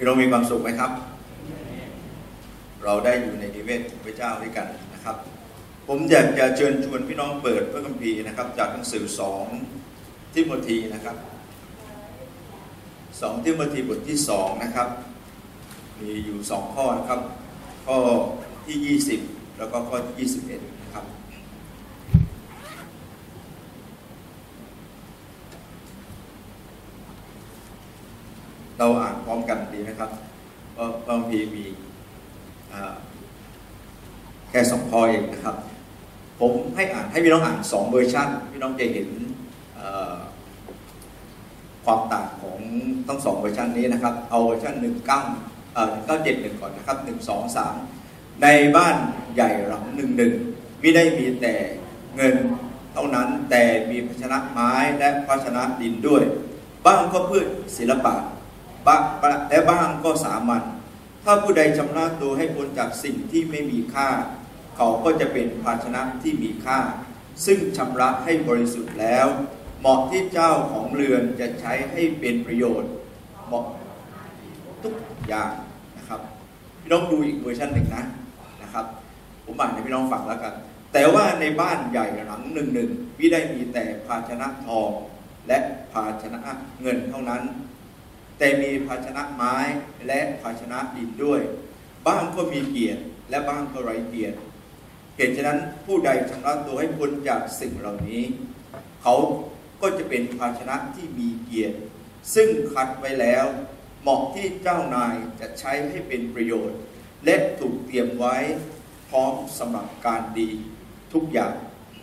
พี่น้องมีความสุขไหมครับเราได้อยู่ในนิเวศพระเจ้าด้วยกันนะครับผมอยากจะเชิญชวนพี่น้องเปิดพระคัมภีร์นะครับจากหนังสือ2 ทิโมธีนะครับ2 ทิโมธีบทที่2นะครับมีอยู่2ข้อนะครับข้อที่20แล้วก็ข้อที่21นะครับเราอ่านพร้อมกันดีนะครับเพราะพระคัมภีร์มีแค่2ข้อเองนะครับผมให้พี่น้องอ่าน2เวอร์ชันพี่น้องจะเห็นความต่างของทั้ง2เวอร์ชันนี้นะครับเอาเวอร์ชัน1971ก่อนนะครับ1 2 3ในบ้านใหญ่หลังหนึ่งไม่ได้มีแต่เงินเท่านั้นแต่มีภาชนะไม้และภาชนะดินด้วยบ้างก็เพื่อศิลปะและบ้างก็สามัญถ้าผู้ใดชำระตัวให้พ้นจากสิ่งที่ไม่มีค่าเขาก็จะเป็นภาชนะที่มีค่าซึ่งชำระให้บริสุทธิ์แล้วเหมาะที่เจ้าของเรือนจะใช้ให้เป็นประโยชน์เหมาะทุกอย่างนะครับพี่น้องดูอีกเวอร์ชันหนึ่งนะครับผมอ่านให้พี่น้องฟังแล้วกันแต่ว่าในบ้านใหญ่หลังหนึ่งไม่ได้มีแต่ภาชนะทองและภาชนะเงินเท่านั้นแต่มีภาชนะไม้และภาชนะดินด้วยบ้างก็มีเกียรติและบ้างก็ไร้เกียรติเหตุฉะนั้นผู้ใดชำระตัวให้พ้นจากสิ่งเหล่านี้เขาก็จะเป็นภาชนะที่มีเกียรติซึ่งคัดไว้แล้วเหมาะที่เจ้านายจะใช้ให้เป็นประโยชน์และถูกเตรียมไว้พร้อมสำหรับการดีทุกอย่าง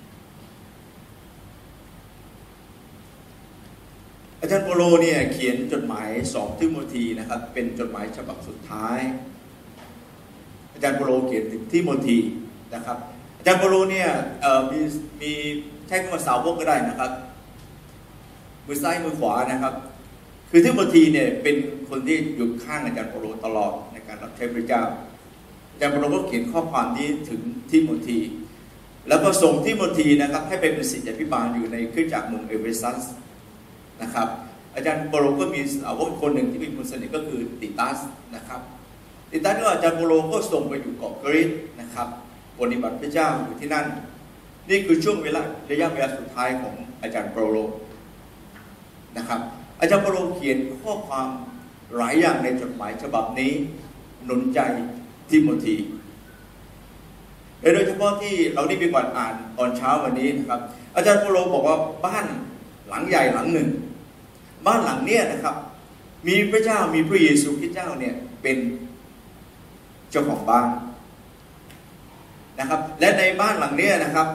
อาจารย์โปโลเนี่ยเขียนจดหมาย2 ทิโมธีนะครับเป็นจดหมายฉบับสุดท้ายอาจารย์โปโลเขียนถึงทิโมธีนะครับอาจารย์โปโลเนี่ยมีใช้คำว่าสาวกก็ได้นะครับมือซ้ายมือขวานะครับคือทิโมธีเนี่ยเป็นคนที่อยู่ข้างอาจารย์โปโลตลอดในการรับใช้พระเจ้าอาจารย์โปโลก็เขียนข้อความนี้ถึงทิโมธีแล้วก็ส่งทิโมธีนะครับให้ไปเป็นศิษยาภิบาลอยู่ในคริสตจักรเมืองเอเฟซัสนะครับอาจารย์โปโลก็มีสาวกคนหนึ่งที่เป็นคนสนิทก็คือติตัสนะครับติตัสก็อาจารย์โปโลก็ส่งไปอยู่เกาะกรีซนะครับปฏิบัติพระเจ้าอยู่ที่นั่นนี่คือช่วงระยะเวลาสุดท้ายของอาจารย์โปโลนะครับอาจารย์โปโลเขียนข้อความหลายอย่างในจดหมายฉบับนี้หนุนใจทิโมธีโดยเฉพาะที่เราได้มีการอ่านตอนเช้าวันนี้นะครับอาจารย์โปโลบอกว่าบ้านหลังใหญ่หลังหนึ่งบ้านหลังเนี้ยนะครับมีพระเจ้ามีพระเยซูคริสต์เจ้าเนี่ยเป็นเจ้าของบ้านนะครับและในบ้านหลังเนี้ยนะครับ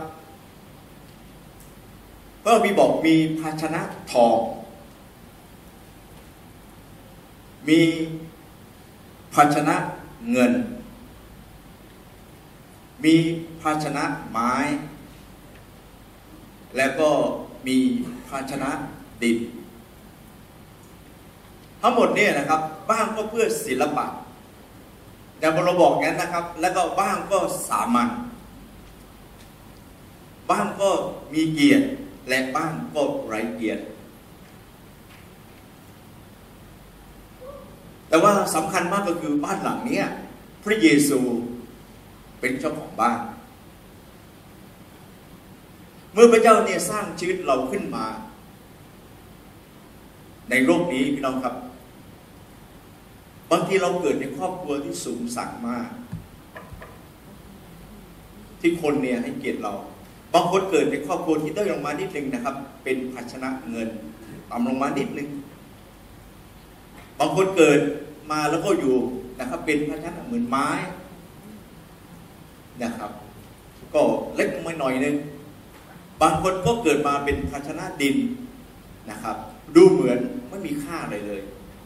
ก็มีภาชนะทองมีภาชนะเงินมีภาชนะไม้แล้วก็มีภาชนะดินทั้งหมดเนี่ยนะครับบ้างก็เพื่อศิลปะแต่เราบอกงั้นนะครับแล้วก็บ้างก็สามัญบ้างก็มีเกียรติและบ้างก็ไร้เกียรติแต่ว่าสำคัญมากก็คือบ้านหลังนี้พระเยซูเป็นเจ้าของบ้านเมื่อพระเจ้าเนี่ยสร้างชีวิตเราขึ้นมาในโลกนี้พี่น้องครับบางทีเราเกิดในครอบครัวที่สูงสักมากที่คนเนี่ยให้เกียรติเราบางคนเกิดในครอบครัวที่ด้อยลงมานิดนึงนะครับเป็นภาชนะเงินต่ำลงมานิดนึงบางคนเกิดมาแล้วก็อยู่นะครับเป็นภาชนะเหมือนไม้นะครับก็เล็กลงมาหน่อยนึงบางคนก็เกิดมาเป็นภาชนะดินนะครับดูเหมือนไม่มีค่าเลย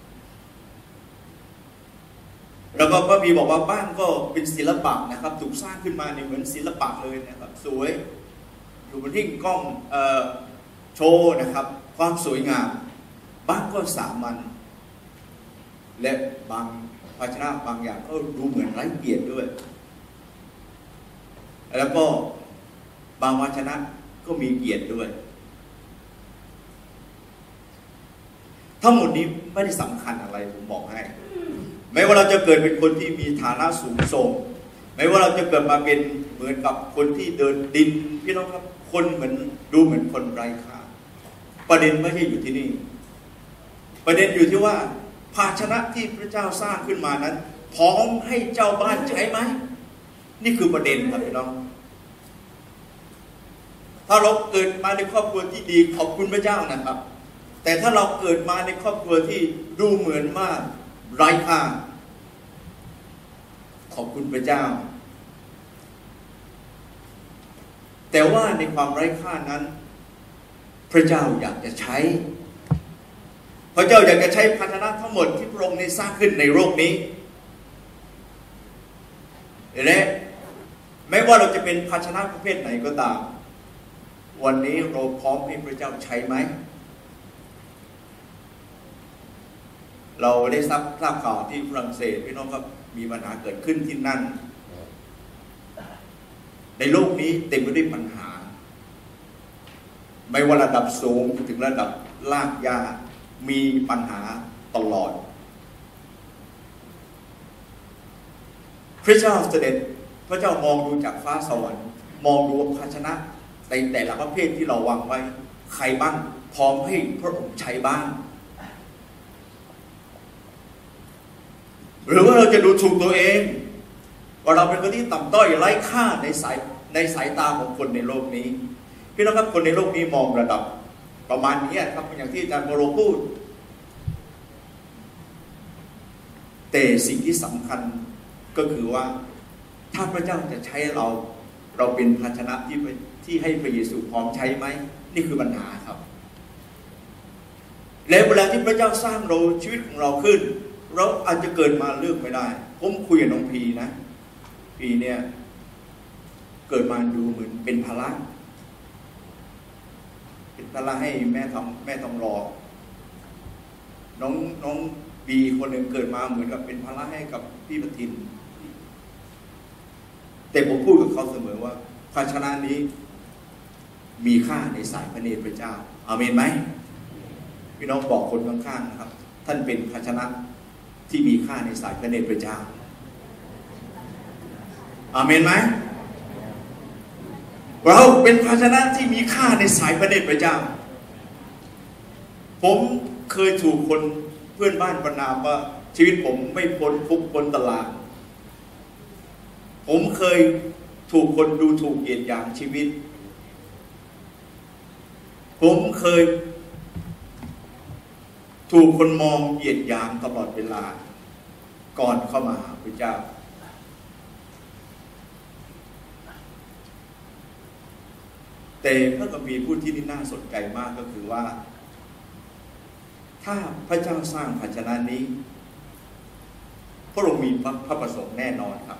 แล้วก็พระบีบอกว่าบ้านก็เป็นศิลปะนะครับถูกสร้างขึ้นมาเนี่ยเหมือนศิลปะเลยนะครับสวยอยู่บนที่กล้องโชว์นะครับความสวยงามบ้านก็สามัญและบางภาชนะบางอย่างก็ดูเหมือนไร้เกียรติด้วยแล้วก็บางภาชนะก็มีเกียรติด้วยทั้งหมดนี้ไม่ได้สำคัญอะไรผมบอกให้ไม่ว่าเราจะเกิดเป็นคนที่มีฐานะสูงส่งไม่ว่าเราจะเกิดมาเป็นเหมือนกับคนที่เดินดินพี่น้องครับคนเหมือนดูเหมือนคนไร้ค่าประเด็นไม่ใช่อยู่ที่นี่ประเด็นอยู่ที่ว่าภาชนะที่พระเจ้าสร้างขึ้นมานั้นพร้อมให้เจ้าบ้านใช้ไหมนี่คือประเด็นครับพี่น้องถ้าเราเกิดมาในครอบครัวที่ดีขอบคุณพระเจ้านะครับแต่ถ้าเราเกิดมาในครอบครัวที่ดูเหมือนว่าไร้ค่าขอบคุณพระเจ้าแต่ว่าในความไร้ค่านั้นพระเจ้าอยากจะใช้พระเจ้าอยากจะใช้ภาชนะทั้งหมดที่พระองค์ได้สร้างขึ้นในโลกนี้และไม่ว่าเราจะเป็นภาชนะประเภทไหนก็ตามวันนี้เราพร้อมให้พระเจ้าใช้ไหมเราได้ทราบข่าวที่ฝรั่งเศสพี่น้องครับมีปัญหาเกิดขึ้นที่นั่นในโลกนี้เต็มไปด้วยปัญหาไม่ว่าระดับสูงถึงระดับลากยามีปัญหาตลอดพระเจ้าเสด็จพระเจ้ามองดูจากฟ้าสวรรค์มองดูภาชนะในแต่ละประเภทที่เราวางไว้ใครบ้างพร้อมให้พระองค์ใช้บ้างหรือว่าเราจะดูถูกตัวเองว่าเราเป็นคนที่ต่ำต้อยไร้ค่าในสายตาของคนในโลกนี้พี่น้องครับคนในโลกนี้มองระดับประมาณนี้ครับอย่างที่อาจารย์โมโรพูดแต่สิ่งที่สำคัญก็คือว่าถ้าพระเจ้าจะใช้เราเป็นภาชนะที่ให้พระเยซูพร้อมใช้ไหมนี่คือปัญหาครับแล้วเวลาที่พระเจ้าสร้างเราชีวิตของเราขึ้นเราอาจจะเกิดมาเลือกไม่ได้ผมคุยกับน้องพีนะพีเนี่ยเกิดมาดูเหมือนเป็นภาระให้แม่ต้องรอน้องปีคนหนึ่งเกิดมาเหมือนกับเป็นภาระให้กับพี่ปทินแต่ผมพูดกับเขาเสมอว่าภาชนะนี้มีค่าในสายพระเนตรพระเจ้าอาเมนไหมพี่น้องบอกคนข้างๆนะครับท่านเป็นภาชนะที่มีค่าในสายพระเนตรพระเจ้าอาเมนไหมเราเป็นภาชนะที่มีค่าในสายพระเนตรพระเจ้าผมเคยถูกคนเพื่อนบ้านประณามว่าชีวิตผมไม่พ้นคุกพ้นตารางผมเคยถูกคนดูถูกเหยียดหยามชีวิตผมเคยถูกคนมองเหยียดหยามตลอดเวลาก่อนเข้ามาหาพระเจ้าแต่พระคัมภีร์พูดที่นี่น่าสนใจมากก็คือว่าถ้าพระเจ้าสร้างภาชนะนี้พระองค์มีพระประสงค์แน่นอนครับ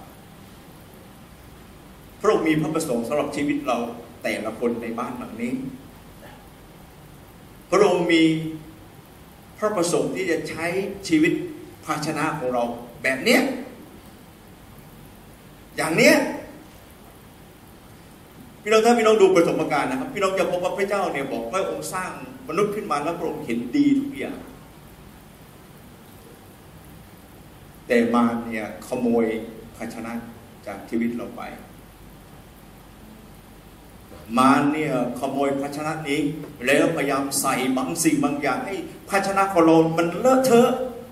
พระองค์มีพระประสงค์สำหรับชีวิตเราแต่ละคนในบ้านหลังนี้พระองค์มีพระประสงค์ที่จะใช้ชีวิตภาชนะของเราแบบเนี้ยอย่างเนี้ยพี่น้องถ้าพี่น้องดูประสบการณ์นะครับพี่น้องจะพบว่าพระเจ้าเนี่ยบอกว่าองค์สร้างมนุษย์ขึ้นมาแล้วพระองค์เห็นดีทุกอย่างแต่มารเนี่ยขโมยภาชนะจากชีวิตเราไปมารเนี่ยขโมยภาชนะนี้แล้วพยายามใส่บางสิ่งบางอย่างให้ภาชนะของเรามันเลอะเทอะ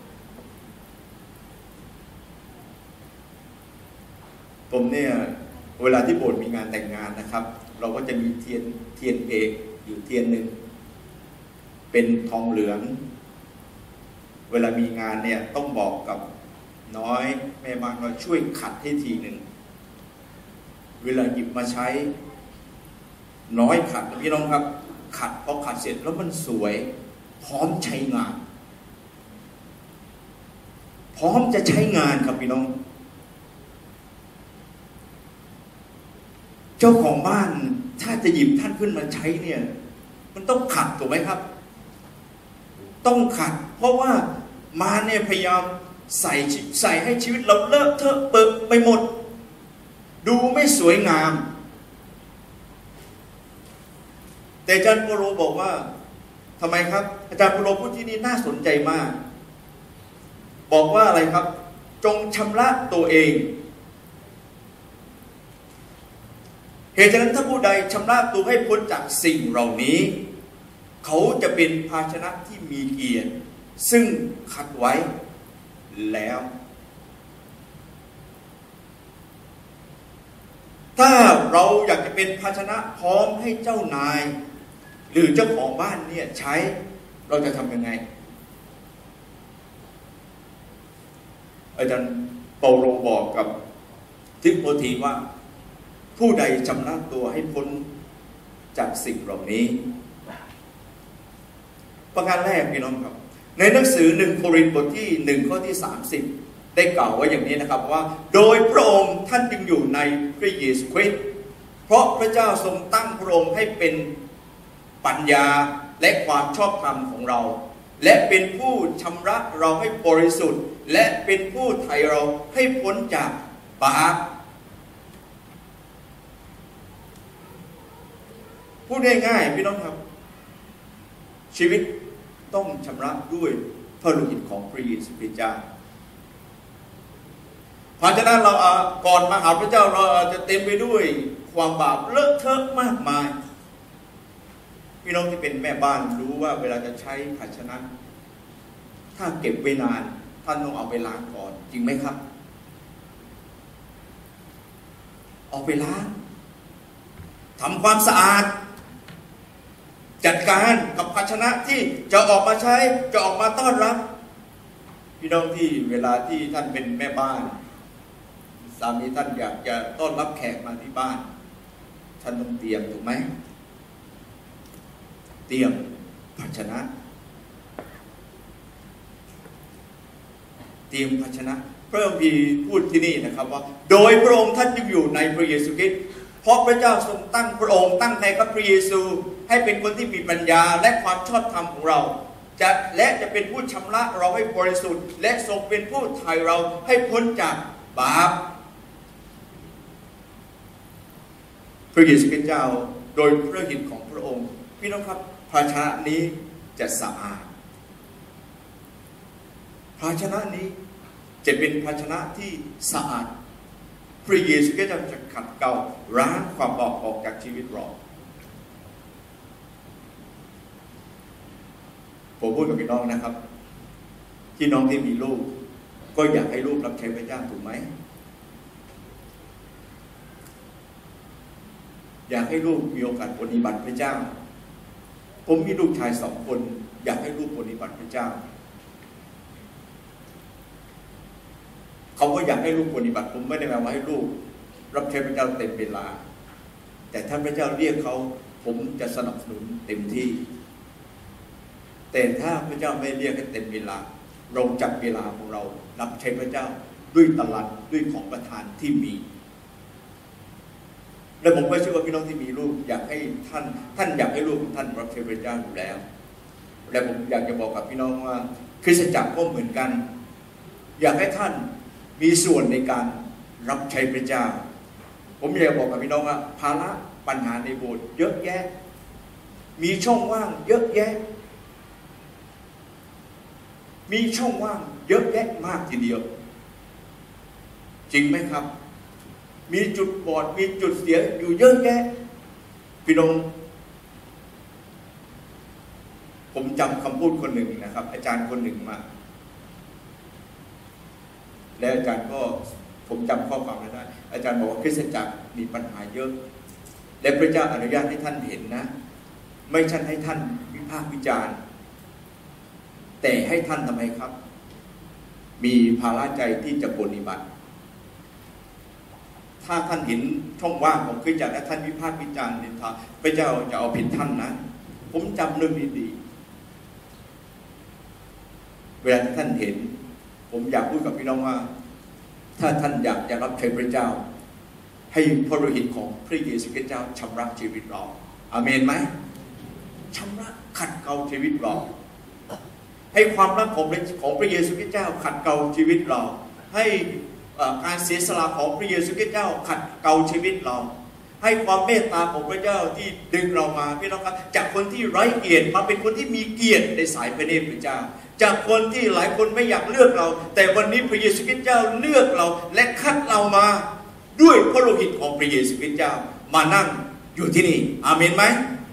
ผมเนี่ยเวลาที่โบสถ์มีงานแต่งงานนะครับเราก็จะมีเทียนเอกอยู่เทียนหนึ่งเป็นทองเหลืองเวลามีงานเนี่ยต้องบอกกับน้อยแม่บ้านว่าช่วยขัดให้ทีหนึ่งเวลาหยิบมาใช้น้อยขัดพี่น้องครับขัดพอขัดเสร็จแล้วมันสวยพร้อมใช้งานพร้อมจะใช้งานครับพี่น้องเจ้าของบ้านถ้าจะหยิบท่านขึ้นมาใช้เนี่ยมันต้องขัดถูกไหมครับต้องขัดเพราะว่ามาเนี่ยพยายามใส่ให้ชีวิตเราเลอะเทอะเปิดไปหมดดูไม่สวยงามแต่อาจารย์โปโลบอกว่าทำไมครับอาจารย์โปโลพูดที่นี่น่าสนใจมากบอกว่าอะไรครับจงชำระตัวเองเหตุฉะนั้นถ้าผู้ใดชำระตัวให้พ้นจากสิ่งเหล่านี้เขาจะเป็นภาชนะที่มีเกียรติซึ่งคัดไว้แล้วถ้าเราอยากจะเป็นภาชนะพร้อมให้เจ้านายหรือเจ้าของบ้านเนี่ยใช้เราจะทำยังไงอาจารย์เปาโลบอกกับทิโมธีว่าผู้ใดชำระตัวให้พ้นจากสิ่งเหล่านี้ประการแรกพี่น้องครับในหนังสือ1 โครินธ์บทที่1 ข้อที่ 30ได้กล่าวไว้อย่างนี้นะครับว่าโดยพระองค์ท่านจึงอยู่ในพระเยซูคริสต์เพราะพระเจ้าทรงตั้งพระองค์ให้เป็นปัญญาและความชอบธรรมของเราและเป็นผู้ชำระเราให้บริสุทธิ์และเป็นผู้ไถ่เราให้พ้นจากบาปพูดง่ายๆพี่น้องครับชีวิตต้องชำระด้วยพระโลหิตของพระเยซูคริสต์เจ้าเพราะฉะนั้นเราก่อนมาหาพระเจ้าเราจะเต็มไปด้วยความบาปเลอะเทอะมากมายพี่น้องที่เป็นแม่บ้านรู้ว่าเวลาจะใช้ภาชนะถ้าเก็บไว้นานท่านต้องเอาไปล้างก่อนจริงไหมครับเอาไปล้างทำความสะอาดจัดการกับภาชนะที่จะออกมาใช้จะออกมาต้อนรับพี่น้องที่เวลาที่ท่านเป็นแม่บ้านสามีท่านอยากจะต้อนรับแขกมาที่บ้านท่านต้องเตรียมถูกไหมเตรียมภาชนะเตรียมภาชนะพระองค์พูดที่นี่นะครับว่าโดยพระองค์ท่านจึงอยู่ในพระเยซูคริสต์เพราะพระเจ้าทรงตั้งพระองค์ตั้งในพระเยซูให้เป็นคนที่มีปัญญาและความชอบธรรมของเราจะเป็นผู้ชำระเราให้บริสุทธิ์และทรงเป็นผู้ไถ่เราให้พ้นจากบาปพระเยซูคริสต์เจ้าโดยพระฤทธิ์ของพระองค์พี่น้องครับภาชนะนี้จะสะอาดภาชนะนี้จะเป็นภาชนะที่สะอาดพระเยซูคริสต์จะขัดเกลาล้างความบาปออกจากชีวิตเราผมพูดกับพี่น้องนะครับพี่น้องที่มีลูกก็อยากให้ลูกรับใช้พระเจ้าถูกไหมอยากให้ลูกมีโอกาสปฏิบัติพระเจ้าผมมีลูกชาย2 คนอยากให้ลูกปฏิบัติพระเจ้าเขาก็อยากให้ลูกปฏิบัติผมไม่ได้หมายว่าให้ลูกรับใช้พระเจ้าเต็มเวลาแต่ถ้าพระเจ้าเรียกเขาผมจะสนับสนุนเต็มที่แต่ถ้าพระเจ้าไม่เรียกให้เต็มเวลาเราจัดเวลาของเรารับใช้พระเจ้าด้วยตลาดด้วยของประทานที่มีและผมก็เชื่อว่าพี่น้องที่มีลูกอยากให้ท่านอยากให้ลูกของท่านรับใช้พระเจ้าอยู่แล้วและผมอยากจะบอกกับพี่น้องว่าคริสตจักรก็เหมือนกันอยากให้ท่านมีส่วนในการรับใช้พระเจ้าผมอยากบอกกับพี่น้องว่าภาระปัญหาในโบสถ์เยอะแยะมีช่องว่างเยอะแยะมีช่องว่างเยอะแยะมากทีเดียวจริงไหมครับมีจุดบอดมีจุดเสียอยู่เยอะแยะพี่น้องผมจำคำพูดคนหนึ่งนะครับอาจารย์คนหนึ่งมาและอาจารย์ก็ผมจำข้อความได้อาจารย์บอกว่าคริสตจักรมีปัญหาเยอะและพระเจ้าอนุญาตให้ท่านเห็นนะไม่ใช่ให้ท่านวิพากษ์วิจารณ์แต่ให้ท่านทำไมครับมีภาระใจที่จะปฏิบัติถ้าท่านเห็นช่องว่างของคริสตจักรและท่านวิพากษ์วิจารณ์นินทาพระเจ้าจะเอาผิดท่านนะผมจำเรื่องนี้ดีเวลาที่ท่านเห็นผมอยากพูดกับพี่น้องว่าถ้าท่านอยากจะรับใช้พระเจ้าให้พระโลหิตของพระเยซูคริสต์เจ้าชำระชีวิตเราอาเมนไหมชำระขัดเกลาชีวิตเราให้ความรักของพระเยซูคริสต์เจ้าขัดเกลาชีวิตเราให้การเสียสละของพระเยซูคริสต์เจ้าขัดเกลาชีวิตเราให้ความเมตตาของพระเจ้าที่ดึงเรามาพี่น้องครับจากคนที่ไร้เกียรติมาเป็นคนที่มีเกียรติในสายพระเนตรพระเจ้าจากคนที่หลายคนไม่อยากเลือกเรา แต่วันนี้พระเยซูคริสต์เจ้าเลือกเราและคัดเรามาด้วยพระโลหิตของพระเยซูคริสต์เจ้ามานั่งอยู่ที่นี่อาเมนไหม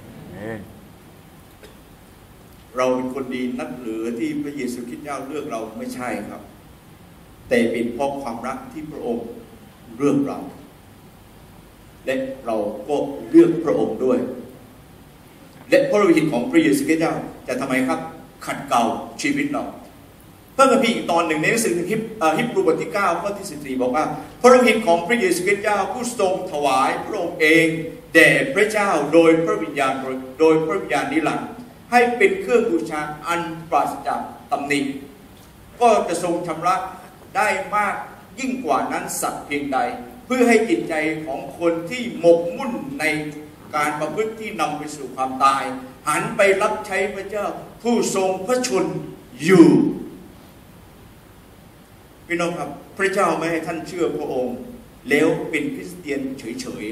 เราเป็นคนดีนักหรือที่พระเยซูคริสต์เจ้าเลือกเราไม่ใช่ครับ แต่เป็นเพราะความรักที่พระองค์เลือกเราและเราก็เลือกพระองค์ด้วยและพระโลหิตของพระเยซูคริสต์เจ้าจะทำไมครับขัดเกลาชีวิตเราพระคัมภีร์อีกตอนหนึ่งในหนังสือฮิบรูบทที่9ข้อที่14บอกว่าพระโลหิตของพระเยซูคริสต์เจ้าผู้ทรงถวายพระองค์เองแด่พระเจ้าโดยพระวิญญาณนิรันดร์ให้เป็นเครื่องบูชาอันปราศจากตำหนิก็จะทรงชำระได้มากยิ่งกว่านั้นสักเพียงใดเพื่อให้จิตใจของคนที่หมกมุ่นในการประพฤติที่นำไปสู่ความตายหันไปรับใช้พระเจ้าผู้ทรงพระชนอยู่พี่น้องครับพระเจ้าไม่ให้ท่านเชื่อพระองค์แล้วเป็นคริสเตียนเฉย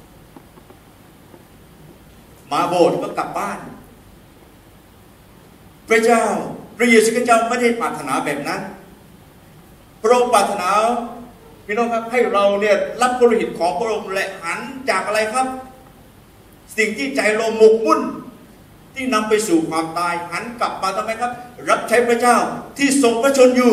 ๆมาโบสถ์ก็กลับบ้านพระเจ้าพระเยซูคริสต์เจ้าไม่ได้ปรารถนาแบบนั้นพระองค์ปรารถนาพี่น้องครับให้เราเนี่ยรับพระโลหิตของพระองค์และหันจากอะไรครับสิ่งที่ใจเราหมกมุ่นที่นำไปสู่ความตายหันกลับมาทำไมครับรับใช้พระเจ้าที่ทรงพระชนอยู่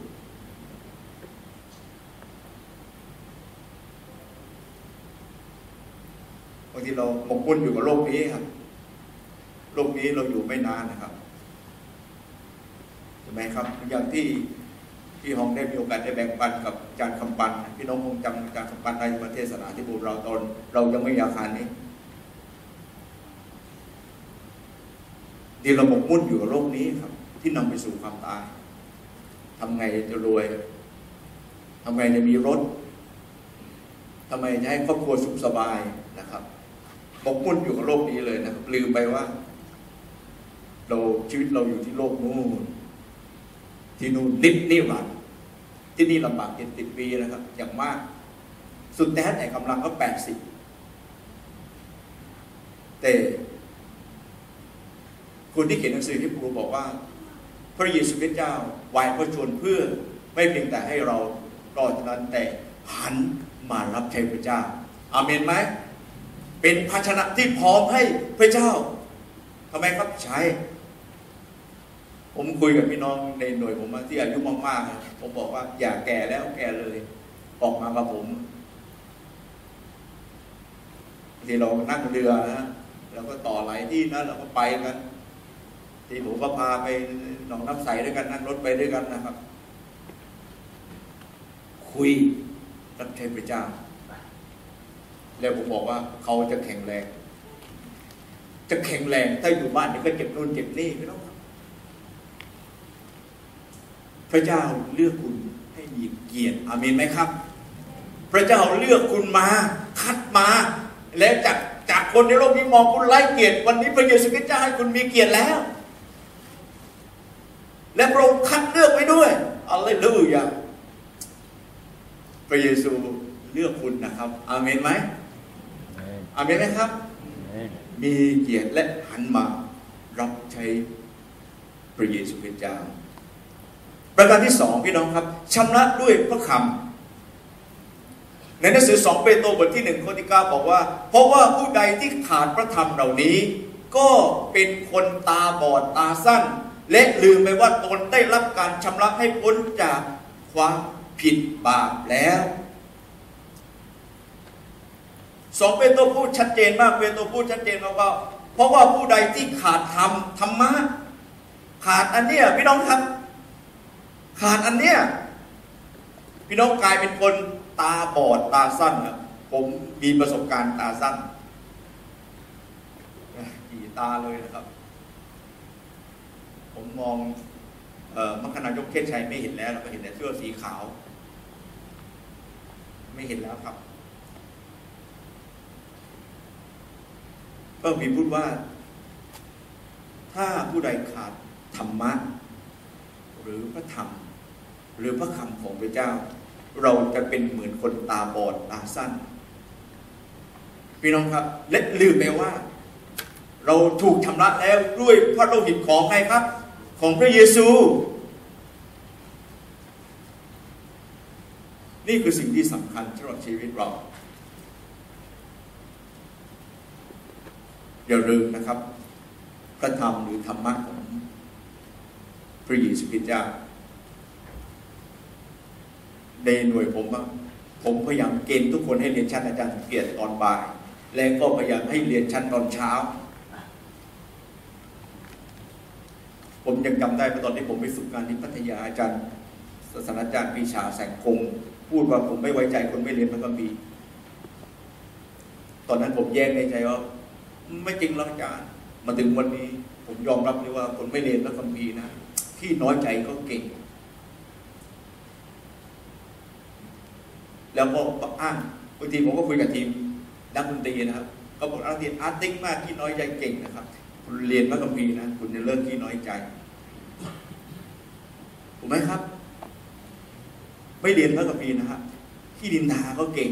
บางทีเราหมกมุ่นอยู่กับโลกนี้ครับโลกนี้เราอยู่ไม่นานนะครับใช่ไหมครับอย่างที่พี่ฮองได้มีโอกาสได้แบ่งปันกับอาจารย์คำปันพี่น้องคงจำอาจารย์คำปันในประเทศศาสนาที่บูรเราตอนเรายังไม่มีอาคารนี้ที่เราหมกมุ่นอยู่กับโลกนี้ครับที่นำไปสู่ความตายทำไงจะรวยทำไงจะมีรถทำไมจะให้ครอบครัวสุขสบายนะครับหมกมุ่นอยู่กับโลกนี้เลยนะครับลืมไปว่าเราชีวิตเราอยู่ที่โลกนู้นที่นู่นนิรันดร์ที่นี่ลำบาก70 ปีนะครับอย่างมากสุดแท้แต่กำลังก็80แต่คนที่เขียนหนังสือที่ครูบอกว่าพระเยซูคริสต์เจ้าวายพระชนเพื่อไม่เพียงแต่ให้เรารอดเท่านั้นแต่หันมารับใช้พระเจ้าอาเมนไหมเป็นภาชนะที่พร้อมให้พระเจ้าทำไมครับใช้ผมคุยกับพี่น้องในหน่วยผมที่อายุมากๆผมบอกว่าอย่าแก่แล้วแก่เลยออกมากับผมที่เรานั่งเรือนะเราก็ต่อหลายที่นะเราก็ไปกันที่ผมก็พาไปหนองน้ำใสด้วยกันนั่งรถไปด้วยกันนะครับคุยรับใช้พระเจ้าแล้วผมบอกว่าเขาจะแข็งแรงถ้าอยู่บ้านนี่ก็เจ็บนู่นเจ็บนี่ไม่ต้องพระเจ้าเลือกคุณให้มีเกียรติอาเมนไหมครับพระเจ้าเลือกคุณมาคัดมาและจากคนในโลกนี้มองคุณไร้เกียรติวันนี้พระเยซูคริสต์เจ้าให้คุณมีเกียรติแล้วและพระองค์คัดเลือกไว้ด้วยอัลเลลูยาพระเยซูเลือกคุณนะครับอาเมนไหมอาเมนไหมครับมีเกียรติและหันมารับใช้พระเยซูคริสต์เจ้าประการที่2พี่น้องครับชำระด้วยพระคำในหนังสือ2 เปโตรบทที่1ข้อที่9บอกว่าเพราะว่าผู้ใดที่ขาดพระธรรมเหล่านี้ก็เป็นคนตาบอดตาสั้นและลืมไปว่าตนได้รับการชำระให้พ้นจากความผิดบาปแล้ว2 เปโตรพูดชัดเจนมากเปโตรพูดชัดเจนมากว่าเพราะว่าผู้ใดที่ขาดธรรมะขาดอันเนี้ยพี่น้องครับขาดอันเนี้ยพี่น้องกลายเป็นคนตาบอดตาสั้นนะผมมีประสบการณ์ตาสั้นกี่ตาเลยนะครับผมมองมรรคนายกเทศชัยไม่เห็นแล้วเราก็เห็นแต่เสื้อสีขาวไม่เห็นแล้วครับก็มีพูดว่าถ้าผู้ใดขาดธรรมะหรือพระธรรมหรือพระคำของพระเจ้าเราจะเป็นเหมือนคนตาบอดตาสั้นพี่น้องครับและลืมไปว่าเราถูกชำระแล้วด้วยพระโลหิตของใครครับขของพระเยซูนี่คือสิ่งที่สำคัญสำหรับชีวิตเราอย่าลืมนะครับพระธรรมหรือธรรมะของพระเยซูคริสต์เจ้าในหน่วยผมพยายามเกณฑ์ทุกคนให้เรียนชั้นอาจารย์เกียรติตอนบ่ายและก็พยายามให้เรียนชั้นตอนเช้าผมยังจำได้ตอนที่ผมไปฝึกงานที่พัทยาอาจารย์ศาสตราจารย์ปรีชาแสงคงพูดว่าผมไม่ไว้ใจคนไม่เรียนพระคัมภีร์ตอนนั้นผมแยกในใจว่าไม่จริงหรอกอาจารย์มาถึงวันนี้ผมยอมรับเลยว่าคนไม่เรียนพระคัมภีร์นะที่น้อยใจก็เก่งแล้วก็อ้างบางทีผมก็คุยกับทีมนักดนตรีนะครับก็บอกนักดนตรีอาร์ติสมากที่น้อยใจเก่งนะครับคุณเรียนพระคัมภีร์นะคุณจะเลิกที่น้อยใจถูกไหมครับไม่เรียนพระคัมภีร์นะครับที่ดินทาก็เก่ง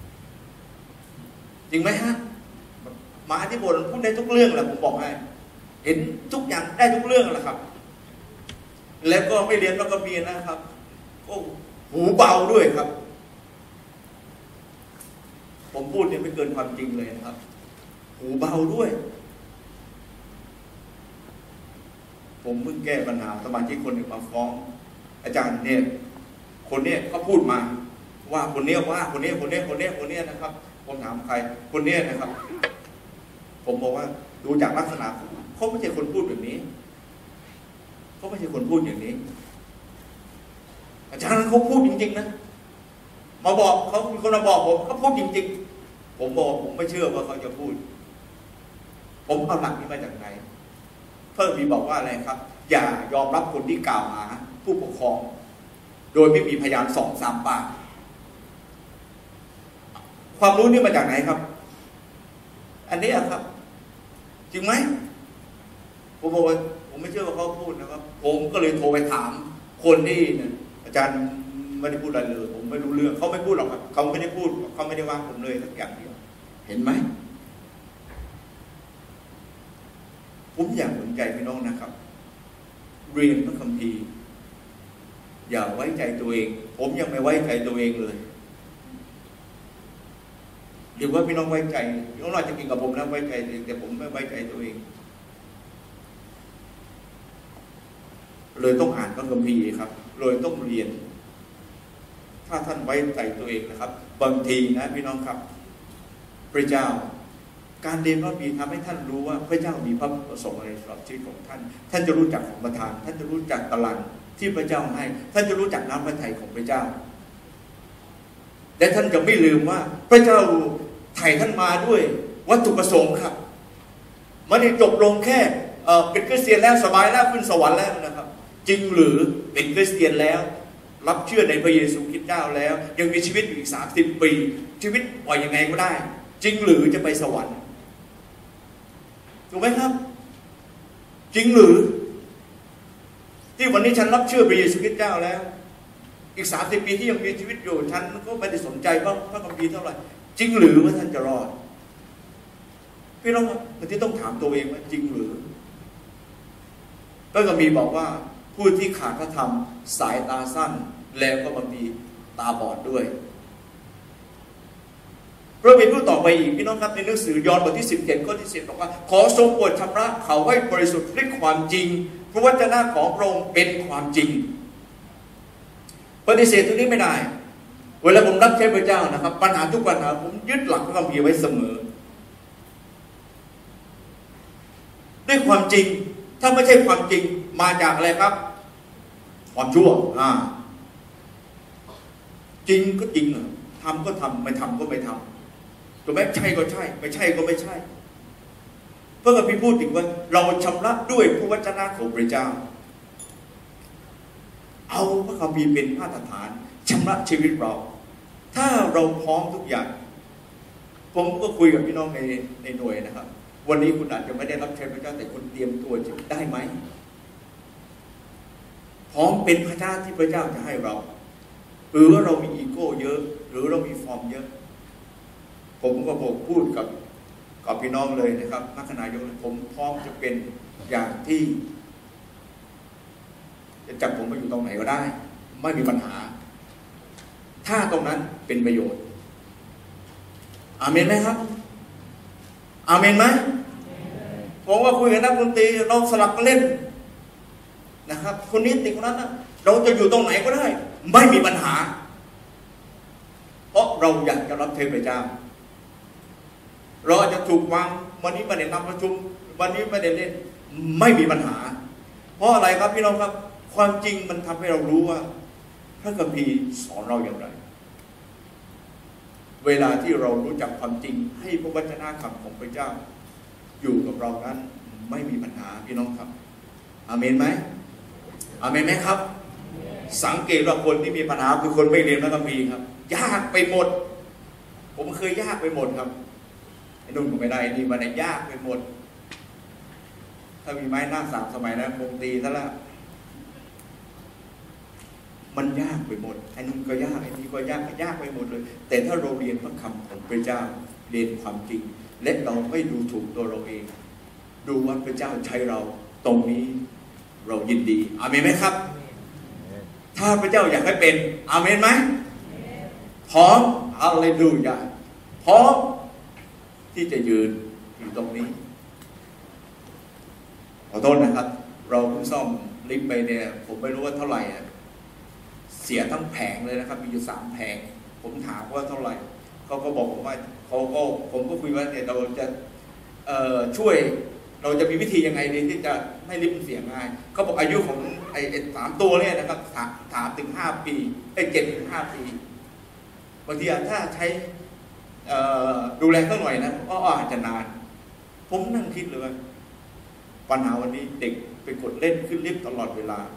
จริงไหมฮะมาที่โบสถ์พูดได้ทุกเรื่องแหละผมบอกให้เห็นทุกอย่างได้ทุกเรื่องแหละครับแล้วก็ไม่เรียนพระคัมภีร์นะครับก็หูเบาด้วยครับผมพูดเนี่ยไม่เกินความจริงเลยนะครับหูเบาด้วยผมเพิ่งแก้ปัญหาสมาชิกคนหนึ่งมาฟ้องอาจารย์เนี่ยคนนี้เขาพูดมาว่าคนนี้ว่าคนนี้นะครับผมถามใครคนนี้นะครับผมบอกว่าดูจากลักษณะเขาไม่ใช่คนพูดแบบนี้เขาไม่ใช่คนพูดอย่างนี้อาจารย์เขาพูดจริงๆนะมาบอกเขามีคนมาบอกผมเขาพูดจริงๆผมบอกผมไม่เชื่อว่าเขาจะพูดผมเอาหลักนี้มาจากไหนเพิ่มมีบอกว่าอะไรครับอย่ายอมรับคนที่กล่าวหาผู้ปกครองโดยไม่มีพยาน2-3 ปากความรู้นี่มาจากไหนครับอันนี้ครับจริงไหมผมบอกว่าผมไม่เชื่อว่าเขาพูดนะครับผมก็เลยโทรไปถามคนที่อาจารย์ไม่ได้พูดอะไรเลยผมไม่รู้เรื่องเขาไม่พูดหรอกครับเขาไม่ได้พูดเขาไม่ได้ว่าผมเลยสักอย่างเดียวเห็นไหมผมอยากสนใจพี่น้องนะครับเรียนพระคัมภีร์อย่าไว้ใจตัวเองผมยังไม่ไว้ใจตัวเองเลยหรือว่าพี่น้องไว้ใจพี่น้องน่าจะกินกับผมแล้วไว้ใจแต่ผมไม่ไว้ใจตัวเองเลยต้องอ่านพระคัมภีร์ครับเลยต้องเรียนถ้าท่านไว้ใจตัวเองนะครับบางทีนะพี่น้องครับพระเจ้าการเรียนพระคัมภีร์ทำให้ท่านรู้ว่าพระเจ้ามีพระประสงค์อะไรสำหรับชีวิตของท่านท่านจะรู้จักของประทานท่านจะรู้จักตารางที่พระเจ้าให้ท่านจะรู้จักน้ำพระทัยของพระเจ้าและท่านจะไม่ลืมว่าพระเจ้าไถ่ท่านมาด้วยวัตถุประสงค์ครับไม่ได้จบลงแค่เป็นคริสเตียนแล้วสบายแล้วขึ้นสวรรค์แล้วนะครับจริงหรือเป็นคริสเตียนแล้วรับเชื่อในพระเยซูคริสต์เจ้าแล้วยังมีชีวิตอีก30 ปีชีวิตปล่อยยังไงก็ได้จริงหรือจะไปสวรรค์ถูกไหมครับจริงหรือที่วันนี้ฉันรับเชื่อพระเยซูคริสต์เจ้าแล้วอีก30 ปีที่ยังมีชีวิตอยู่ฉันก็ไม่ได้สนใจพระคัมภีร์เท่าไหร่จริงหรือว่าท่านจะรอดพี่น้องมันที่ต้องถามตัวเองว่าจริงหรือพระคัมภีร์บอกว่าผู้ที่ขาดพระธรรมสายตาสั้นแล้วก็บางทีตาบอดด้วยพระบิดาพูดต่อไปอีกพี่น้องครับในหนังสือยอห์นบทที่17ข้อที่10บอกว่าขอทรงโปรดชำระเขาให้บริสุทธิ์ด้วยความจริงเพราะวจนะของพระองค์เป็นความจริงปฏิเสธตรงนี้ไม่ได้เวลาผมรับใช้พระเจ้านะครับปัญหาทุกปัญหาผมยึดหลักพระคัมภีร์ไว้เสมอด้วยความจริงถ้าไม่ใช่ความจริงมาจากอะไรครับความชั่วจริงก็จริงทำก็ทำไม่ทำก็ไม่ทำถูกไหมใช่ก็ใช่ไม่ใช่ก็ไม่ใช่พระคัมภีร์พูดถึงว่าเราชำระด้วยพระวจนะของพระเจ้าเอาพระคัมภีร์เป็นมาตรฐานชำระชีวิตเราถ้าเราพร้อมทุกอย่างผมก็คุยกับพี่น้องในหน่วยนะครับวันนี้คุณอาจจะไม่ได้รับใช้พระเจ้าแต่คุณเตรียมตัวจะได้ไหมพร้อมเป็นพระเจ้าที่พระเจ้าจะให้เราหรือว่าเรามีอีโก้เยอะหรือเรามีฟอร์มเยอะผมก็บอกพูดกับพี่น้องเลยนะครับนักนายกผมพร้อมจะเป็นอย่างที่จะจับผมไปอยู่ตรงไหนก็ได้ไม่มีปัญหาถ้าตรงนั้นเป็นประโยชน์อาเมนไหมครับอาเมนไหมผมว่าคุยกับนักดนตรีเราสลับกันเล่นนะครับคนนี้ติดคนนั้นนะเราจะอยู่ตรงไหนก็ได้ไม่มีปัญหาเพราะเราอยากจะรับใช้พระเจ้าเราอาจจะถูกวางวันนี้ไม่ได้นำประชุมวันนี้ไม่ได้เล่นไม่มีปัญหาเพราะอะไรครับพี่น้องครับความจริงมันทำให้เรารู้ว่าพระคัมภีร์สอนเราอย่างไรเวลาที่เรารู้จักความจริงให้พระวจนะคำของพระเจ้าอยู่กับเรานั้นไม่มีปัญหาพี่น้องครับอาเมนไหมอาเมนไหมครับสังเกตว่าคนที่มีปัญหาคือคนไม่เรียนพระคัมภีร์ครับยากไปหมดผมเคยยากไปหมดครับไอ้นุ่นก็ไม่ได้นี่มันยากไปหมดถ้ามีไม้หน้าสามสมัยนั้นคงตีซะแล้วมันยากไปหมดไอ้นุ่นก็ยากไอ้นี่ก็ยากไปหมดเลยแต่ถ้าเราเรียนพระคำของพระเจ้าเรียนความจริงและเราไม่ดูถูกตัวเราเองดูว่าพระเจ้าใช้เราตรงนี้เรายินดีอาเมนไหมครับถ้าพระเจ้าอยากให้เป็นอาเมนไหมพร้อมฮาเลลูยาพร้อมที่จะยืนอยู่ตรงนี้ขอโทษนะครับเราเพิ่งซ่อมลิฟต์ไปเนี่ยผมไม่รู้ว่าเท่าไหร่เสียทั้งแผงเลยนะครับมีอยู่3 แผงผมถามว่าเท่าไหร่เขาก็บอกผมว่าผมก็คุยว่าเนี่ยเราจะช่วยเราจะมีวิธียังไงดีที่จะไม่ลิฟต์มันเสียง่ายเขาบอกอายุของไอ้3 ตัวเนี่ยนะครับ3 ถึง 5 ปี7 ถึง 5 ปีบางทีถ้าใช้ดูแลสักหน่อยนะก็อาจจะนานผมนั่งคิดเลยว่าปัญหาวันนี้เด็กไปกดเล่นขึ้นลิฟต์ตลอดเวลา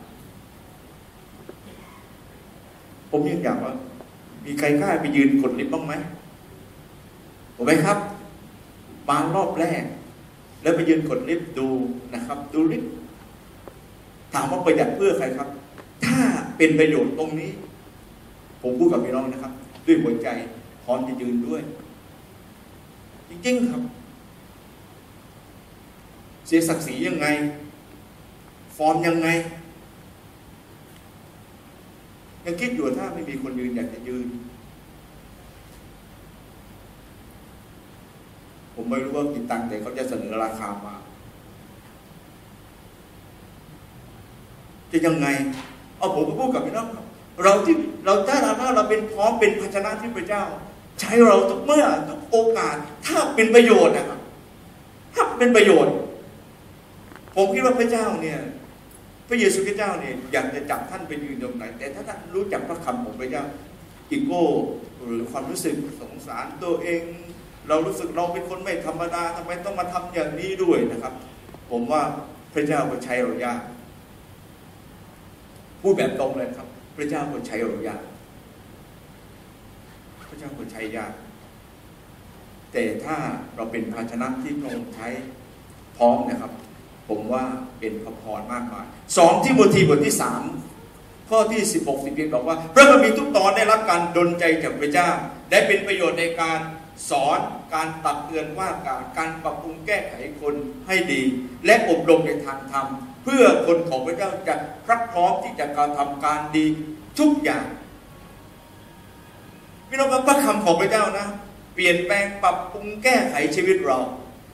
ผมยังอยากว่ามีใครกล้าไปยืนกดลิฟต์บ้างไหมถูกไหมครับมารอบแรกแล้วไปยืนกดลิฟต์ดูนะครับดูลิฟต์ถามว่าประหยัดเพื่อใครครับถ้าเป็นประโยชน์ตรงนี้ผมพูดกับพี่น้องนะครับด้วยหัวใจพร้อมจะยืนด้วยจริงๆครับเสียศักดิ์ศรียังไงฟอร์มยังไงยังคิดอยู่ถ้าไม่มีคนยืนอยากจะยืนผมไม่รู้ว่ากี่ตังค์แต่เขาจะเสนอราคามาจะยังไงผมก็พูดกับพี่น้องเราถ้าเราเป็นพร้อมเป็นภาชนะที่พระเจ้าใช้เราทุกเมื่อทุกโอกาสถ้าเป็นประโยชน์นะครับถ้าเป็นประโยชน์ผมคิดว่าพระเจ้าเนี่ยพระเยซูคริสต์เจ้าเนี่ยอยากจะจับท่านไปยืนตรงไหนแต่ถ้าท่านรู้จักพระคำของพระเจ้าอีโก้หรือความรู้สึกสงสารตัวเองเรารู้สึกเราเป็นคนไม่ธรรมดาทำไมต้องมาทำอย่างนี้ด้วยนะครับผมว่าพระเจ้าก็ใช้เรายากพูดแบบตรงเลยครับพระเจ้าก็ใช้เรายากพระเจ้าก็ใช้ยากแต่ถ้าเราเป็นภาชนะที่พระองค์ใช้พร้อมนะครับผมว่าเป็นพระพรมากมาย2 ทิโมธีบทที่ 3ข้อที่16-17บอกว่าพระคัมภีร์ทุกตอนได้รับการดลใจจากพระเจ้าได้เป็นประโยชน์ในการสอนการตักเตือนว่ากล่าวการปรับปรุงแก้ไขคนให้ดีและอบรมในทางธรรมเพื่อคนของพระเจ้าจะพร้อมที่จะการทำการดีทุกอย่างพี่น้องครับพระคำของพระเจ้านะเปลี่ยนแปลงปรับปรุงแก้ไขชีวิตเรา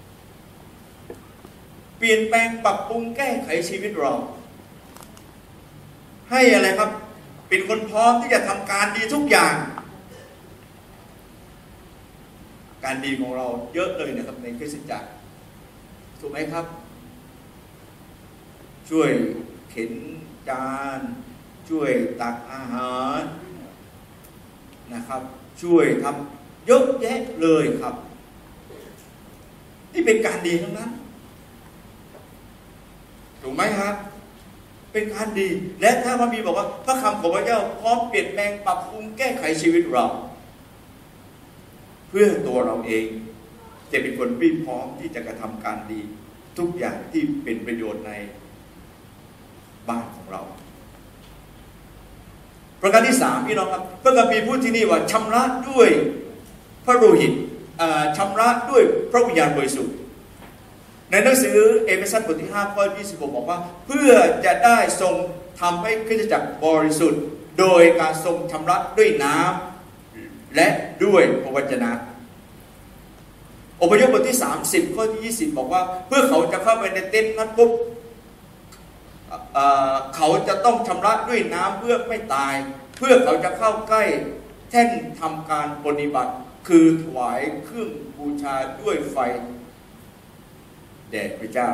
เปลี่ยนแปลงปรับปรุงแก้ไขชีวิตเราให้อะไรครับเป็นคนพร้อมที่จะทำการดีทุกอย่างการดีของเราเยอะเลยนะครับในคริสตจักรถูกไหมครับช่วยเข็นจานช่วยตักอาหารนะครับช่วยทำเยอะแยะเลยครับนี่เป็นการดีทั้งนั้นถูกไหมครับเป็นการดีและถ้าพระบีบอกว่าพระคำของพระเจ้าพร้อมเปลี่ยนแปลงปรับปรุงแก้ไขชีวิตเราเพื่อตัวเราเองจะเป็นคนที่พร้อมที่จะกระทำการดีทุกอย่างที่เป็นประโยชน์ในบ้านของเราประการที่3พี่น้องครับพระคัมภีร์พูดที่นี่ว่าชำระด้วยพระโลหิตชำระด้วยพระวิญญาณบริสุทธิ์ในหนังสือเอเฟซัสบทที่5ข้อ26บอกว่าเพื่อจะได้ทรงทำให้คริสตจักรบริสุทธิ์โดยการทรงชำระด้วยน้ำและด้วยพระวจนะอพยพบทที่30ข้อที่20บอกว่าเพื่อเขาจะเข้าไปในเต็นท์นั้นปุ๊บเขาจะต้องชำระด้วยน้ำเพื่อไม่ตายเพื่อเขาจะเข้าใกล้แท่นทำการปฏิบัติคือถวายเครื่องบูชาด้วยไฟแด่พระเจ้า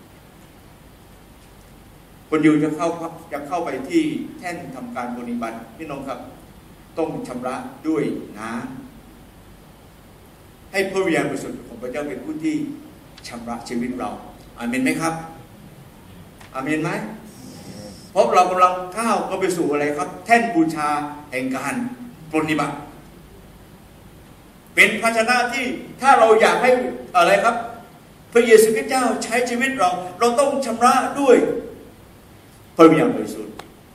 คนยิวจะเข้าไปที่แท่นทำการปฏิบัติพี่น้องครับต้องชำระด้วยน้ำให้พระวิญญาณบริสุทธิ์ของพระเจ้าเป็นผู้ที่ชำระชีวิตเราอาเมนไหมครับอาเมนไหมเพราะเรากำลังก้าวเข้าไปสู่อะไรครับแท่นบูชาแห่งการปฏิบัติเป็นภาชนะที่ถ้าเราอยากให้อะไรครับพระเยซูคริสต์เจ้าใช้ชีวิตเราต้องชำระด้วยพระวิญญาณบริสุทธิ์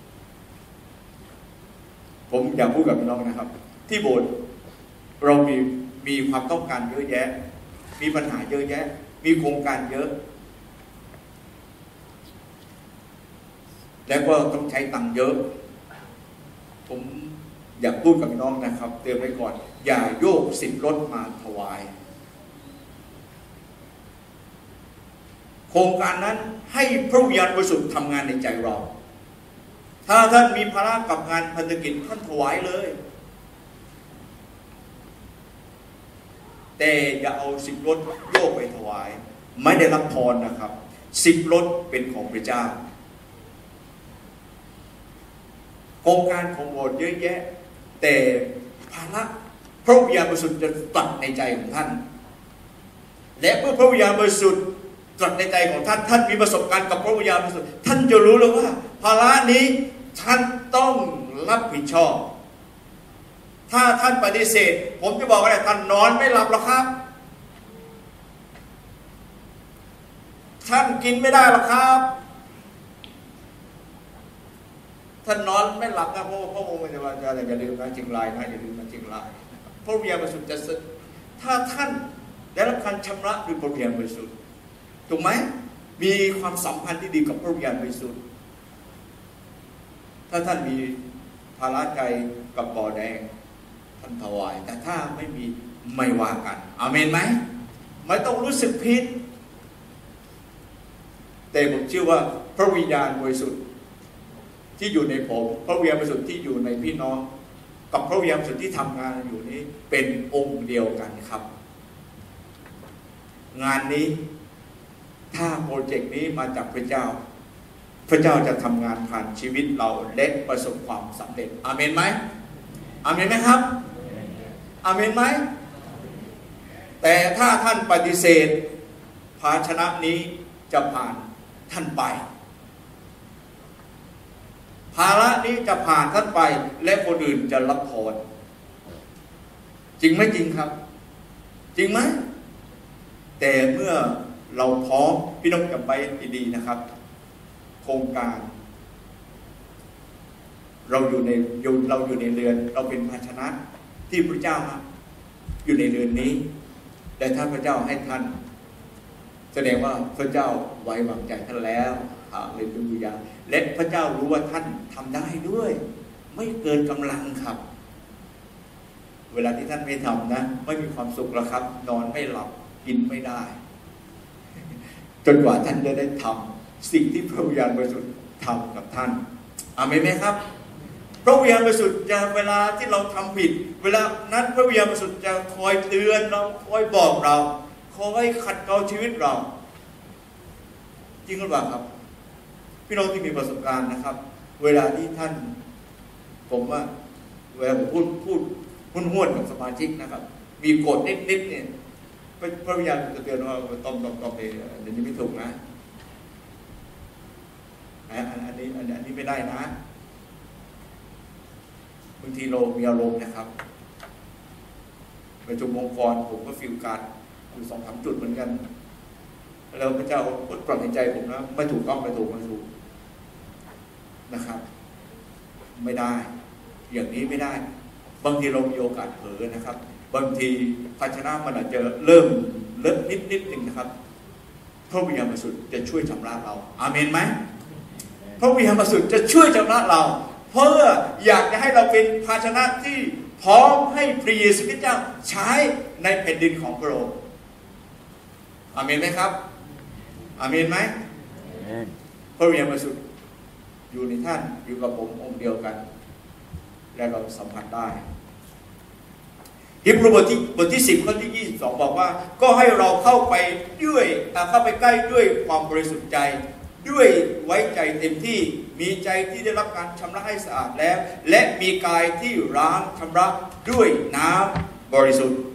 ผมอยากพูดกับพี่น้องนะครับที่โบสถ์เรามีความต้องการเยอะแยะมีปัญหาเยอะแยะมีโครงการเยอะแล้วก็ต้องใช้ตังค์เยอะผมอยากพูดกับพี่น้องนะครับเตือนไว้ก่อนอย่าโยก10 รถมาถวายโครงการนั้นให้พระวิญญาณบริสุทธิ์ทำงานในใจเราถ้าท่านมีภาระกับงานพันธกิจท่านถวายเลยแต่อย่าเอา10 รถโยกไปถวายไม่ได้รับพรนะครับ10 รถเป็นของพระเจ้าโครงการของโบสถ์เยอะแยะแต่ภาระพระวิญญาณบริสุทธิ์จะตรัสในใจของท่านและเมื่อพระวิญญาณบริสุทธิ์ตรัสในใจของท่านท่านมีประสบการณ์กับพระวิญญาณบริสุทธิ์ท่านจะรู้เลยว่าภาระนี้ท่านต้องรับผิดชอบถ้าท่านปฏิเสธผมจะบอกว่าท่านนอนไม่หลับหรอกครับท่านกินไม่ได้หรอกครับท่านนอนไม่หลับนะเพราะพระองค์จะว่าอย่าลืมนะเชียงรายนะอย่าลืมนะเชียงรายพระวิญญาณบริสุทธิ์จะถ้าท่านได้รับการชำระด้วยพระวิญญาณบริสุทธิ์ถูกไหมมีความสัมพันธ์ที่ดีกับพระวิญญาณบริสุทธิ์ถ้าท่านมีภาระใจกับบ่อแดงท่านถวายแต่ถ้าไม่มีไม่ว่ากันอาเมนไหมไม่ต้องรู้สึกผิดแต่ผมเชื่อว่าพระวิญญาณบริสุทธิ์ที่อยู่ในผมพระวิญญาณบริสุทธิ์ที่อยู่ในพี่น้องกับพระวิญญาณบริสุทธิ์ที่ทำงานอยู่นี้เป็นองค์เดียวกันครับงานนี้ถ้าโปรเจกต์นี้มาจากพระเจ้าพระเจ้าจะทำงานผ่านชีวิตเราและประสบความสำเร็จอาเมนไหมอาเมนไหมครับอาเมนไหมแต่ถ้าท่านปฏิเสธภาชนะนี้จะผ่านท่านไปภาระนี้จะผ่านท่านไปและคนอื่นจะรับพรจริงไหมจริงครับจริงไหมแต่เมื่อเราพร้อมพี่น้องจำไว้ดีๆนะครับโครงการเราอยู่ในเรือนเราเป็นภาชนะที่พระเจ้าอยู่ในเรือนนี้แต่ถ้าพระเจ้าให้ท่านแสดงว่าพระเจ้าไว้วางใจท่านแล้วฮาเลลูยาและพระเจ้ารู้ว่าท่านทำได้ด้วยไม่เกินกำลังครับเวลาที่ท่านไม่ทำนะไม่มีความสุขแล้วครับนอนไม่หลับกินไม่ได้จนกว่าท่านจะได้ทำสิ่งที่พระวิญญาณบริสุทธิ์ทำกับท่านอาเมนไหมครับพระวิญญาณบริสุทธิ์จะเวลาที่เราทำผิดเวลานั้นพระวิญญาณบริสุทธิ์จะคอยเตือนเราคอยบอกเราคอยขัดเกลาชีวิตเราจริงหรือเปล่าครับพี่น้องที่มีประสบการณ์นะครับเวลาที่ท่านผมว่าเวลาผมพูดห้วนๆกับสมาชิกนะครับมีกฎนิดๆเนี่ยพระวิญญาณจะเตือนว่าต้มเดี๋ยวนี้ไม่ถูกนะอันนี้ไม่ได้นะบางทีเรามีอารมณ์นะครับประชุมองค์กรผมก็ฟีลการ์ดอยู่2-3 จุดเหมือนกันแล้วพระเจ้าปรับในใจผมนะไม่ถูกต้องไม่ถูกนะครับไม่ได้อย่างนี้ไม่ได้บางทีเรามีโอกาสเผลอนะครับบางทีภาชนะมันอาจจะเริ่มเลอะนิดหนึ่งนะครับพระวิญญาณบริสุทธิ์จะช่วยชำระเราอาเมนไหมพระวิญญาณบริสุทธิ์จะช่วยชำระเราเพื่ออยากจะให้เราเป็นภาชนะที่พร้อมให้พระเยซูคริสต์เจ้าใช้ในแผ่นดินของพระองค์อาเมนไหมครับอาเมนไหมพระวิญญาณบริสุทธิ์อยู่ในท่านอยู่กับผมองค์เดียวกันและเราสัมผัสได้ฮีบรูบทที่10ข้อที่22บอกว่าก็ให้เราเข้าไปใกล้ด้วยความบริสุทธิ์ใจด้วยไว้ใจเต็มที่มีใจที่ได้รับการชำระให้สะอาดแล้วและมีกายที่ล้างชำระด้วยน้ำบริสุทธิ์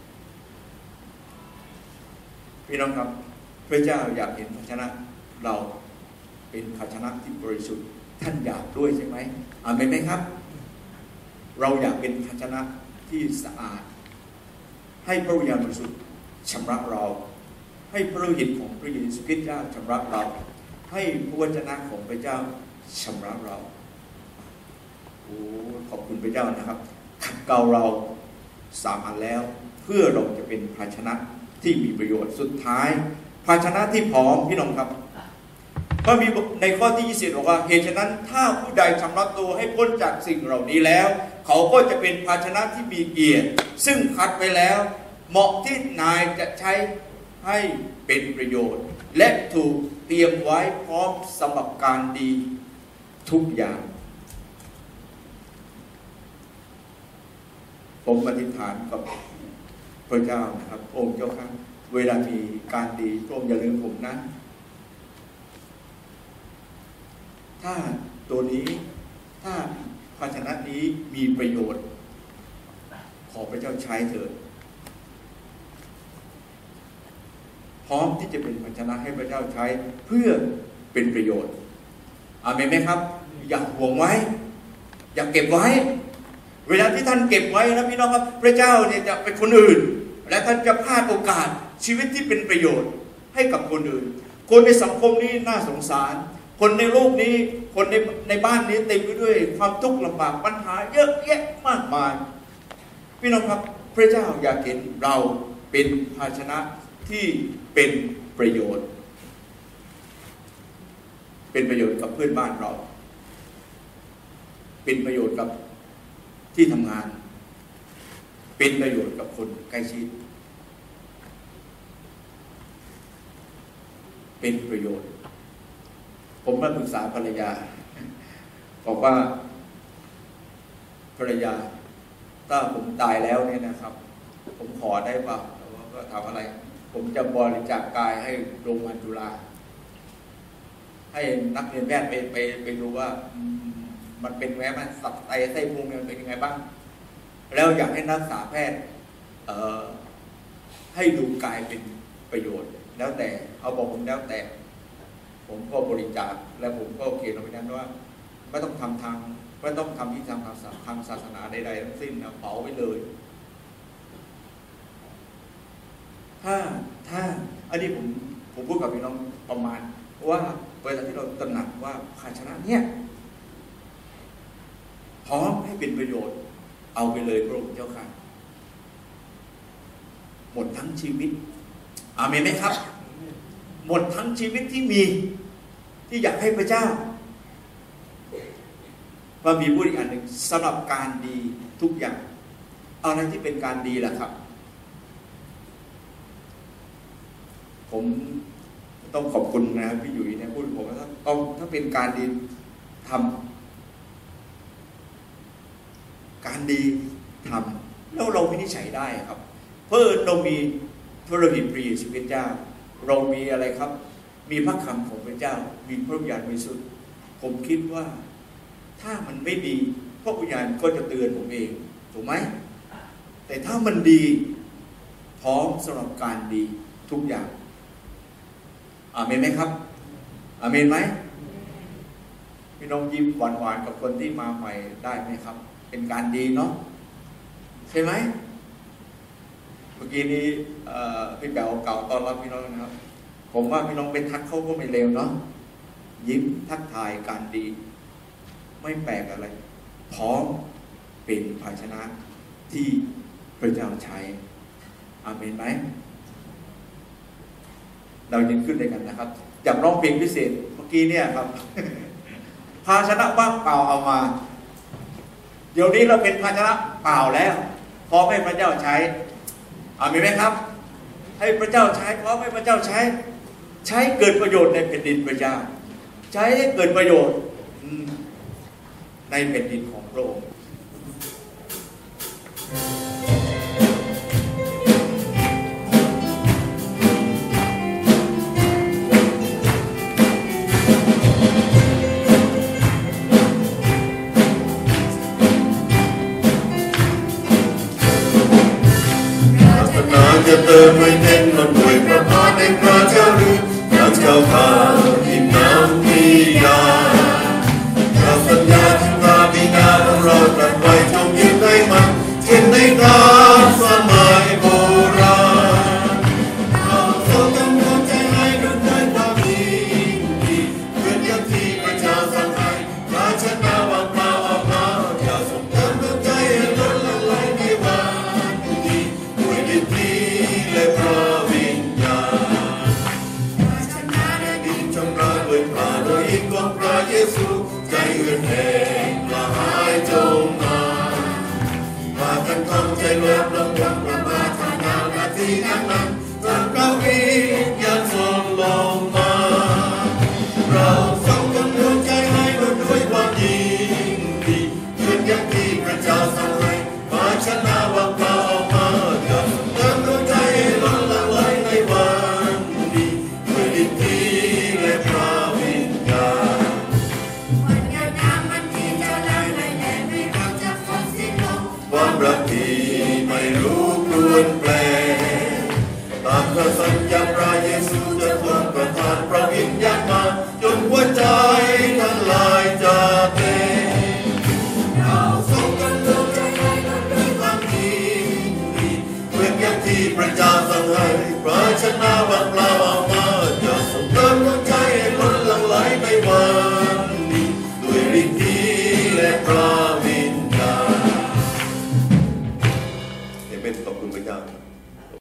พี่น้องครับพระเจ้าอยากเห็นภาชนะเราเป็นภาชนะที่บริสุทธิ์ท่านอยากด้วยใช่ไหมอาเมนไหมครับเราอยากเป็นภาชนะที่สะอาดให้พระวิญญาณบริสุทธิ์ชำระเราให้พระโลหิตของพระเยซูคริสต์เจ้าชำระเราให้พระวจนะของพระเจ้าชำระเราโอ้ขอบคุณพระเจ้านะครับขัดเกลาเรา3 อันแล้วเพื่อเราจะเป็นภาชนะที่มีประโยชน์สุดท้ายภาชนะที่พร้อมพี่น้องครับก็มีในข้อที่20บอกว่าเหตุฉะนั้นถ้าผู้ใดชำระตัวให้พ้นจากสิ่งเหล่านี้แล้วเขาก็จะเป็นภาชนะที่มีเกียรติซึ่งคัดไว้แล้วเหมาะที่นายจะใช้ให้เป็นประโยชน์และถูกเตรียมไว้พร้อมสำหรับการดีทุกอย่างผมอธิษฐานกับพระเจ้านะครับองค์เจ้าข้าเวลามีการดีพระองค์อย่าลืมผมนะถ้าตัวนี้ถ้าภาชนะนี้มีประโยชน์ขอพระเจ้าใช้เถิดพร้อมที่จะเป็นภาชนะให้พระเจ้าใช้เพื่อเป็นประโยชน์อาเมนไหมครับอย่าห่วงไว้อย่าเก็บไว้เวลาที่ท่านเก็บไว้นะพี่น้องครับพระเจ้าเนี่ยจะเป็นคนอื่นและท่านจะพลาดโอกาสชีวิตที่เป็นประโยชน์ให้กับคนอื่นคนในสังคมนี้น่าสงสารคนในโลกนี้คนในบ้านนี้เต็มไปด้วยความทุกข์ลำบากปัญหาเยอะแยะมากมายพี่น้องครับพระเจ้าอยากเห็นเราเป็นภาชนะที่เป็นประโยชน์เป็นประโยชน์กับเพื่อนบ้านเราเป็นประโยชน์กับที่ทำงานเป็นประโยชน์กับคนใกล้ชิดเป็นประโยชน์ผมมาปรึกษาภรรยาบอกว่าภรรยาถ้าผมตายแล้วเนี่ยนะครับผมขอได้ป่ะก็ทำอะไรผมจะบริจาคกายให้โรงพยาบาลจุฬาให้นักเรียนแพทย์ไปดูว่ามันเป็นไงบ้างสับไตไส้พุงมันเป็นยังไงบ้างแล้วอยากให้นักศึกษาแพทย์ให้ดูกายเป็นประโยชน์แล้วแต่เอาบอกผมแล้วแต่ผมก็บริจาคและผมก็เขียนเอาไว้นั้นว่าไม่ต้องทำที่ทางศาสนาใดๆทั้งสิ้นนะเผาไว้เลยถ้าอันนี้ผมพูดกับพี่น้องประมาณว่าเวลาที่เราตระหนักว่าภาชนะเนี่ยพร้อมให้เป็นประโยชน์เอาไปเลยพระองค์เจ้าค่ะหมดทั้งชีวิตอาเมนไหมครับหมดทั้งชีวิตที่มีที่อยากให้พระเจ้าว่ามีพูดอีกอันหนึ่งสำหรับการดีทุกอย่างอะไรที่เป็นการดีล่ะครับผมต้องขอบคุณนะพี่ยุ้ยเนี่ยพูดผมว่าถ้าเป็นการดีทำการดีทำแล้วเราวินิจฉัยได้ครับเพื่อเรามีพระโลหิตพระเยซูคริสต์เจ้าเรามีอะไรครับมีพระคำของพระเจ้ามีพระวิญญาณบริสุทธิ์ผมคิดว่าถ้ามันไม่ดีพระวิญญาณก็จะเตือนผมเองถูกไหมแต่ถ้ามันดีพร้อมสำหรับการดีทุกอย่างอาเมนไหมครับอาเมนไหมพี่น้องยิ้มหวานๆกับคนที่มาใหม่ได้ไหมครับเป็นการดีเนาะใช่ไหมเมื่อกี้นี้พี่แป๋วเก่าตอนรับพี่น้องนะครับผมว่าพี่น้องเป็นทักเขาก็ไม่เลวเนาะยิ้มทักทายการดีไม่แปลกอะไรพร้อมเป็นภาชนะที่พระเจ้าใช้อาเมนไหมเรายืนขึ้นด้วยกันนะครับอยากร้องเพลงพิเศษเมื่อกี้เนี่ยครับภาชนะว่างเปล่าเอามาเดี๋ยวนี้เราเป็นภาชนะเปล่าแล้วพร้อมให้พระเจ้าใช้มีไหมครับให้พระเจ้าใช้พร้อมให้พระเจ้าใช้เกิดประโยชน์ในแผ่นดินพระเจ้าใช้ให้เกิดประโยชน์ในแผ่นดินของพระองค์จะเติมด้วยเต็มล้นด้วยพระพรในพระเจ้าหรือดังเจ้าข้าที่น้ำพิยาเราสัญญาถึงพระบิดาของเราตรัสไว้จงยึดให้มันเช่นในคราสมัยโบราณเราทรงกำลังใจให้ด้วยความดีเหมือนอย่างที่พระเจ้าสั่งให้พระชนะวางมาออกมาอย่าทรงเติมดวงใจให้ล้นละลายในวันนี้ด้วยฤทธิ์และพระวิญญาณพระชนะได้ดินชำระด้วยพระโลหิตของพระเยซูใจเอื้อนแห่งกระหายจงมาพากันท่องใจรวมลงวังประมาทานานาทีนั้นจนพระวิญญาณทรงลงมาเราทรงกำลังใจให้ด้วยความยิ่งดีเหมือนอย่างที่พระเจ้าสั่งให้พระชนะวางพระออกมาจากเติมดวงใจให้ล้นละลายในวันนี้ด้วยฤทธิ์และพระวิญญาณวันงานน้ำมันที่จะไหลแล่ไม่รักจะฟ้อนสิ้นลงความรักที่ไม่รู้ครวนแปลตามพระสัญญาพระเยซูจะทรงประทานพระวิญญาณมาจนหัวใจทั้งหลายจะเต้นเราทรงกันดวงใจให้ด้วยความดีเหมือนอย่างที่พระเจ้าสั่งให้พระชนะวางเปล่า